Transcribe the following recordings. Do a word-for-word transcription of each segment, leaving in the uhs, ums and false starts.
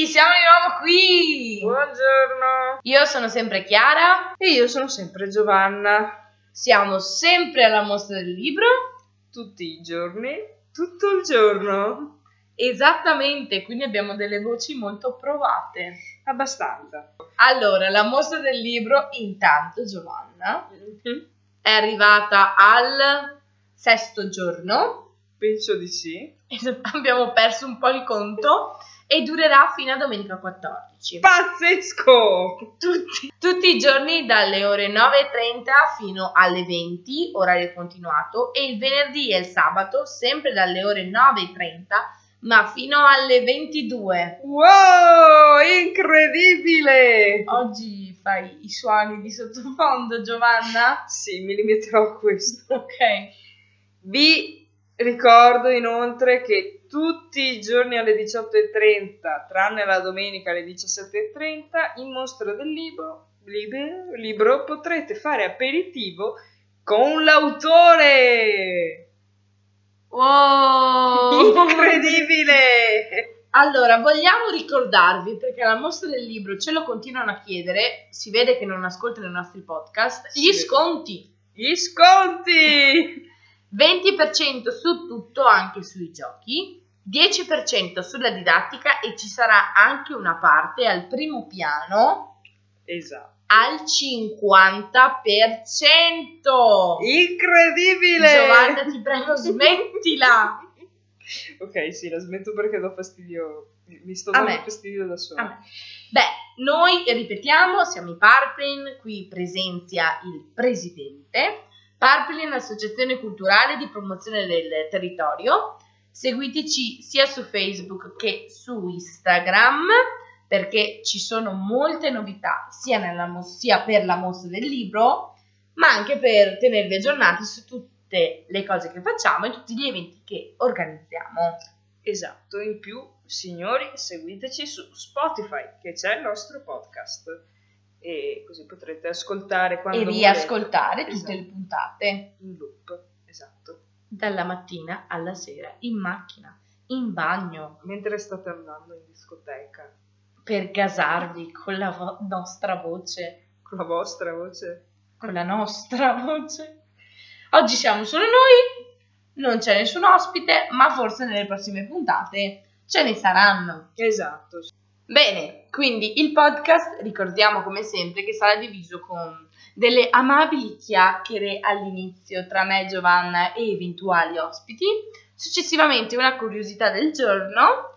siamo di nuovo qui! Buongiorno! Io sono sempre Chiara e io sono sempre Giovanna. Siamo sempre alla mostra del libro. Tutti i giorni, tutto il giorno. Esattamente, quindi abbiamo delle voci molto provate. Abbastanza. Allora, la mostra del libro, intanto Giovanna, mm-hmm. è arrivata al sesto giorno. Penso di sì. Abbiamo perso un po' il conto e durerà fino a domenica quattordici. Pazzesco! Tutti, tutti i giorni dalle ore nove e trenta fino alle venti, orario continuato, e il venerdì e il sabato sempre dalle ore nove e trenta ma fino alle ventidue. Wow, incredibile! Oggi fai i suoni di sottofondo, Giovanna? Sì, mi limiterò a questo. Ok. Vi ricordo inoltre che tutti i giorni alle diciotto e trenta, tranne la domenica alle diciassette e trenta, in mostra del libro, libro, libro potrete fare aperitivo con l'autore. Wow! Incredibile! Allora, vogliamo ricordarvi, perché la mostra del libro ce lo continuano a chiedere, si vede che non ascoltano i nostri podcast, gli sì. sconti. Gli sconti! venti per cento su tutto, anche sui giochi, dieci per cento sulla didattica e ci sarà anche una parte al primo piano. Esatto. Al cinquanta per cento. Incredibile! Giovanna, ti prego, smettila. Ok, sì, la smetto perché do fastidio. Mi sto dando fastidio da sola. Beh, noi ripetiamo, siamo i Parplin, qui presenzia il presidente. Parplin, associazione culturale di promozione del territorio. Seguiteci sia su Facebook che su Instagram, perché ci sono molte novità sia, nella, sia per la mostra del libro, ma anche per tenervi aggiornati su tutte le cose che facciamo e tutti gli eventi che organizziamo. Esatto, in più, signori, seguiteci su Spotify, che c'è il nostro podcast, e così potrete ascoltare quando e riascoltare volete. Tutte Esatto. le puntate. In loop, esatto. Dalla mattina alla sera, in macchina, in bagno. Mentre state andando in discoteca. Per gasarvi con la vo- nostra voce. Con la vostra voce? Con la nostra voce. Oggi siamo solo noi, non c'è nessun ospite, ma forse nelle prossime puntate ce ne saranno. Esatto. Bene, quindi il podcast, ricordiamo come sempre che sarà diviso con delle amabili chiacchiere all'inizio tra me, Giovanna e eventuali ospiti, successivamente una curiosità del giorno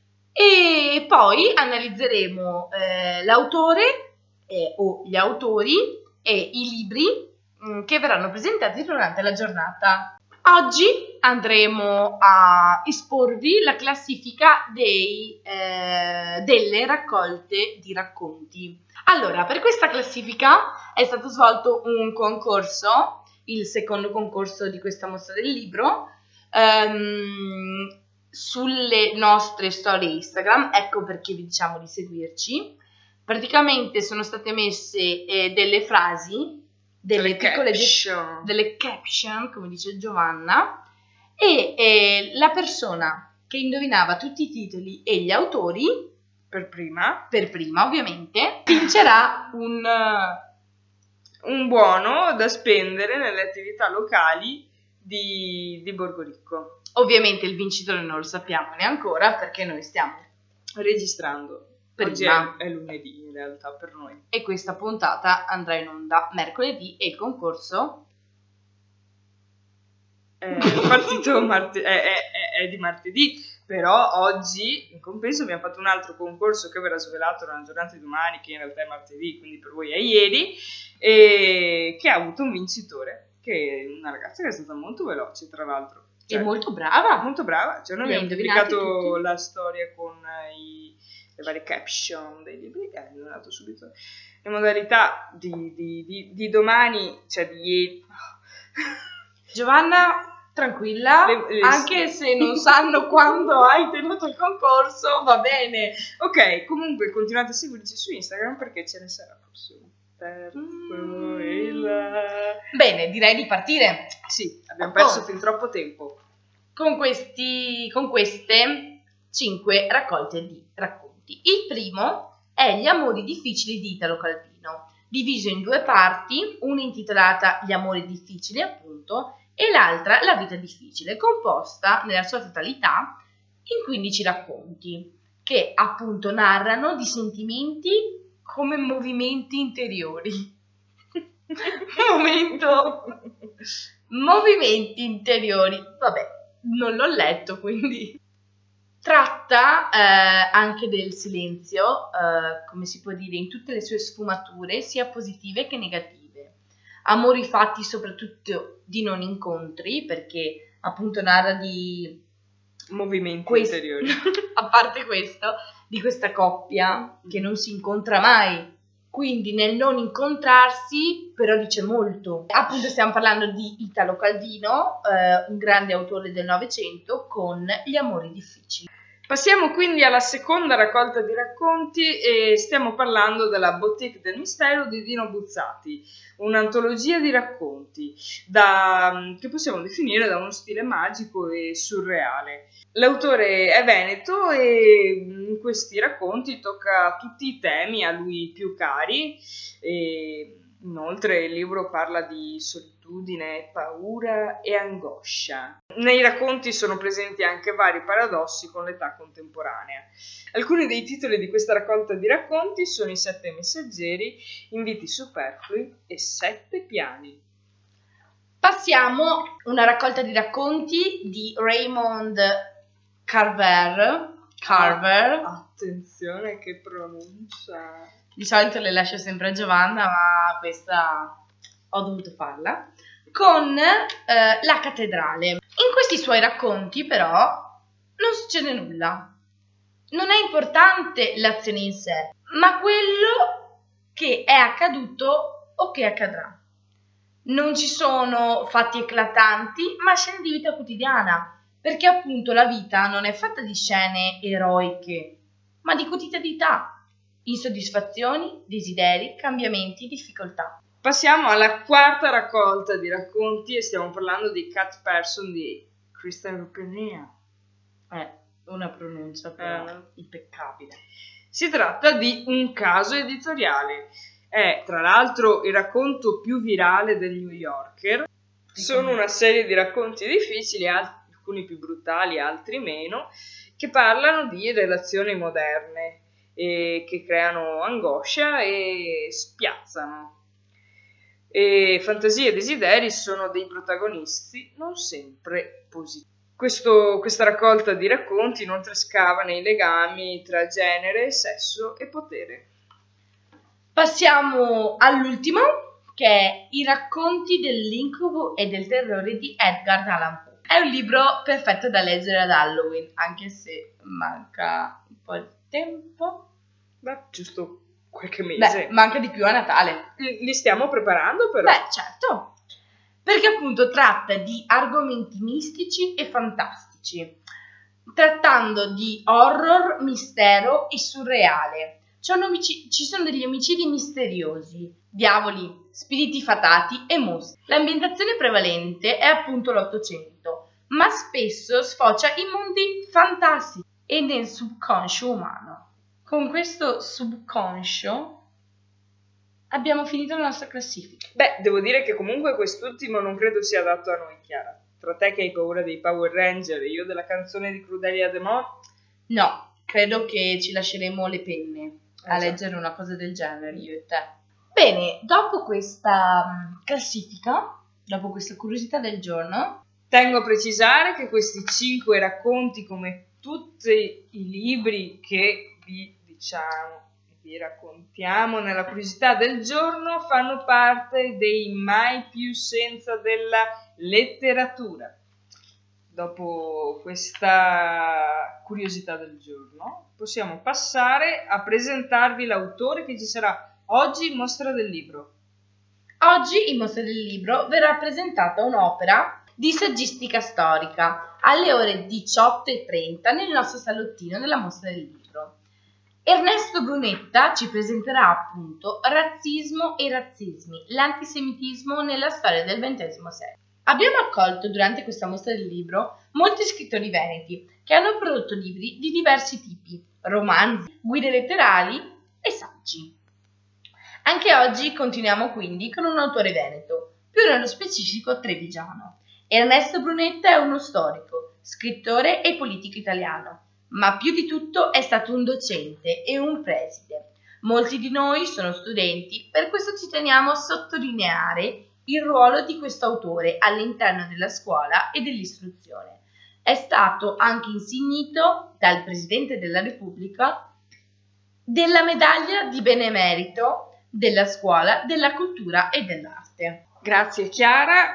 e poi analizzeremo eh, l'autore eh, o gli autori e i libri mh, che verranno presentati durante la giornata. Oggi andremo a esporvi la classifica dei, eh, delle raccolte di racconti. Allora, per questa classifica è stato svolto un concorso, il secondo concorso di questa mostra del libro, ehm, sulle nostre storie Instagram, ecco perché vi diciamo di seguirci. Praticamente sono state messe eh, delle frasi, delle, delle piccole caption. De- delle caption, come dice Giovanna, e eh, la persona che indovinava tutti i titoli e gli autori, per prima, per prima ovviamente, vincerà un, uh, un buono da spendere nelle attività locali di, di Borgoricco. Ovviamente il vincitore non lo sappiamo neanche ancora perché noi stiamo registrando. Prima. Oggi è, è lunedì in realtà per noi. E questa puntata andrà in onda mercoledì e il concorso è partito marte- è, è, è di martedì, però oggi in compenso abbiamo fatto un altro concorso che verrà svelato nella giornata di domani, che in realtà è martedì, quindi per voi è ieri, e che ha avuto un vincitore, che è una ragazza che è stata molto veloce tra l'altro. Cioè, e molto brava. Molto brava, cioè noi abbiamo pubblicato la storia con i, le varie caption dei libri e abbiamo dato subito le modalità di, di, di, di domani, cioè di ieri. Giovanna, tranquilla, le, le, anche se non sanno quando hai tenuto il concorso, va bene. Ok, comunque continuate a seguirci su Instagram perché ce ne sarà prossimo. Mm. Il... Bene, direi di partire. Sì, abbiamo perso oh. fin troppo tempo. Con, questi, con queste cinque raccolte di racconti. racconti. Il primo è Gli amori difficili di Italo Calvino, diviso in due parti, una intitolata Gli amori difficili, appunto, e l'altra La vita difficile, composta nella sua totalità in quindici racconti, che appunto narrano di sentimenti come movimenti interiori. Momento. Movimenti interiori. Vabbè, non l'ho letto, quindi. Tratta eh, anche del silenzio, eh, come si può dire, in tutte le sue sfumature, sia positive che negative. Amori fatti soprattutto di non incontri, perché appunto narra di movimenti quest- interiori. A parte questo, di questa coppia che non si incontra mai. Quindi nel non incontrarsi però dice molto. Appunto stiamo parlando di Italo Calvino, eh, un grande autore del Novecento, con Gli amori difficili. Passiamo quindi alla seconda raccolta di racconti e stiamo parlando della Boutique del Mistero di Dino Buzzati, un'antologia di racconti da, che possiamo definire da uno stile magico e surreale. L'autore è veneto e in questi racconti tocca tutti i temi a lui più cari e inoltre il libro parla di solitudine, paura e angoscia. Nei racconti sono presenti anche vari paradossi con l'età contemporanea. Alcuni dei titoli di questa raccolta di racconti sono I sette messaggeri, Inviti superflui e Sette piani. Passiamo una raccolta di racconti di Raymond Carver. Carver. Attenzione che pronuncia. Di solito le lascio sempre a Giovanna, ma questa ho dovuto farla. Con eh, La cattedrale. In questi suoi racconti però non succede nulla. Non è importante l'azione in sé, ma quello che è accaduto o che accadrà. Non ci sono fatti eclatanti, ma scene di vita quotidiana, perché appunto la vita non è fatta di scene eroiche, ma di quotidianità, insoddisfazioni, desideri, cambiamenti, difficoltà. Passiamo alla quarta raccolta di racconti e stiamo parlando di Cat Person di Christian Rupenia. Eh, una pronuncia però Eh. impeccabile. Si tratta di Un caso editoriale. È tra l'altro il racconto più virale del New Yorker. Sono una serie di racconti difficili, alcuni più brutali, altri meno, che parlano di relazioni moderne e che creano angoscia e spiazzano. E fantasie e desideri sono dei protagonisti non sempre positivi. Questo, questa raccolta di racconti inoltre scava nei legami tra genere, sesso e potere. Passiamo all'ultimo, che è I racconti dell'incubo e del terrore di Edgar Allan Poe. È un libro perfetto da leggere ad Halloween, anche se manca un po' di tempo. Beh, giusto qualche mese. Beh, manca di più a Natale. Li stiamo preparando però. Beh, certo, perché appunto tratta di argomenti mistici e fantastici, trattando di horror, mistero e surreale. C'è un omici- ci sono degli omicidi misteriosi, diavoli, spiriti fatati e mostri. L'ambientazione prevalente è appunto l'Ottocento, ma spesso sfocia in mondi fantastici e nel subconscio umano. Con questo subconscio abbiamo finito la nostra classifica. Beh, devo dire che comunque quest'ultimo non credo sia adatto a noi, Chiara. Tra te che hai paura dei Power Ranger e io della canzone di Crudelia De Mo. No, credo che ci lasceremo le penne a Esatto. leggere una cosa del genere, io e te. Bene, dopo questa um, classifica, dopo questa curiosità del giorno, tengo a precisare che questi cinque racconti, come tutti i libri che vi diciamo e vi raccontiamo nella curiosità del giorno, fanno parte dei mai più senza della letteratura. Dopo questa curiosità del giorno, possiamo passare a presentarvi l'autore che ci sarà oggi in Mostra del Libro. Oggi in Mostra del Libro verrà presentata un'opera di saggistica storica alle ore diciotto e trenta nel nostro salottino della Mostra del Libro. Ernesto Brunetta ci presenterà appunto Razzismo e razzismi, l'antisemitismo nella storia del ventesimo secolo. Abbiamo accolto durante questa mostra del libro molti scrittori veneti che hanno prodotto libri di diversi tipi, romanzi, guide letterali e saggi. Anche oggi continuiamo quindi con un autore veneto, più nello specifico trevigiano. Ernesto Brunetta è uno storico, scrittore e politico italiano, ma più di tutto è stato un docente e un preside. Molti di noi sono studenti, per questo ci teniamo a sottolineare il ruolo di questo autore all'interno della scuola e dell'istruzione. È stato anche insignito dal Presidente della Repubblica della medaglia di benemerito della scuola, della cultura e dell'arte. Grazie Chiara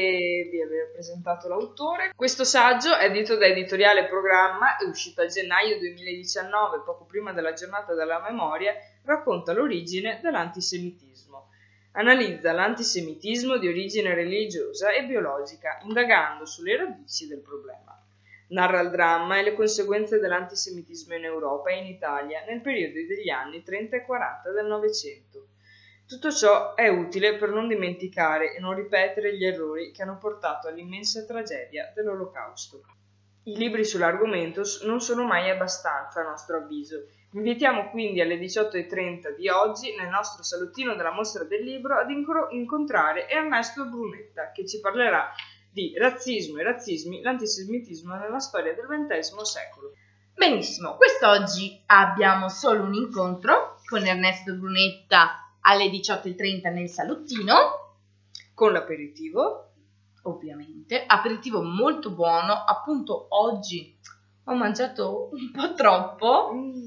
e di aver presentato l'autore. Questo saggio, edito da Editoriale Programma, è uscito a gennaio duemiladiciannove, poco prima della giornata della memoria, racconta l'origine dell'antisemitismo. Analizza l'antisemitismo di origine religiosa e biologica, indagando sulle radici del problema. Narra il dramma e le conseguenze dell'antisemitismo in Europa e in Italia nel periodo degli anni trenta e quaranta del Novecento. Tutto ciò è utile per non dimenticare e non ripetere gli errori che hanno portato all'immensa tragedia dell'Olocausto. I libri sull'argomento non sono mai abbastanza, a nostro avviso. Vi invitiamo quindi alle diciotto e trenta di oggi, nel nostro salottino della Mostra del Libro, ad incontrare Ernesto Brunetta, che ci parlerà di razzismo e razzismi, l'antisemitismo nella storia del ventesimo secolo. Benissimo, quest'oggi abbiamo solo un incontro con Ernesto Brunetta alle diciotto e trenta nel salottino, con l'aperitivo, ovviamente, aperitivo molto buono. Appunto oggi ho mangiato un po' troppo, mm.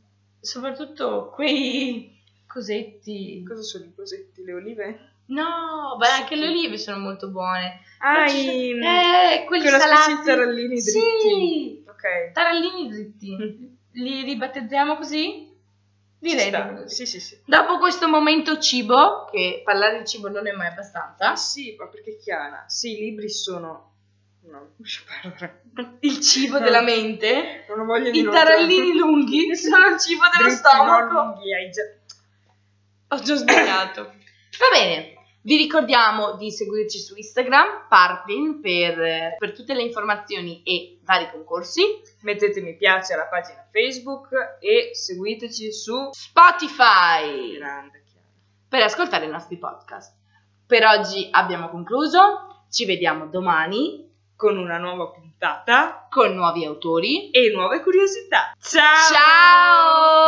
soprattutto quei cosetti. Cosa sono i cosetti? Le olive? No, beh, anche le olive sono molto buone. Ah, i... eh, quelli quella salati. specie di tarallini dritti. Sì, ok. Tarallini dritti. Mm. Li ribattezziamo così? Direi di sì, sì, sì. Dopo questo momento cibo, che parlare di cibo non è mai abbastanza. Ah, sì, ma perché Chiara? Sì, i libri sono... No, il cibo no. della mente. Non ho voglia di I tarallini lunghi sono il cibo dello dritti, stomaco. No, lunghi, hai già... Ho già sbagliato. Va bene. Vi ricordiamo di seguirci su Instagram, Parpin, per, per tutte le informazioni e vari concorsi. Mettete mi piace alla pagina Facebook e seguiteci su Spotify. Grande Chiara. Per ascoltare i nostri podcast. Per oggi abbiamo concluso. Ci vediamo domani con una nuova puntata, con nuovi autori e nuove curiosità. Ciao! Ciao!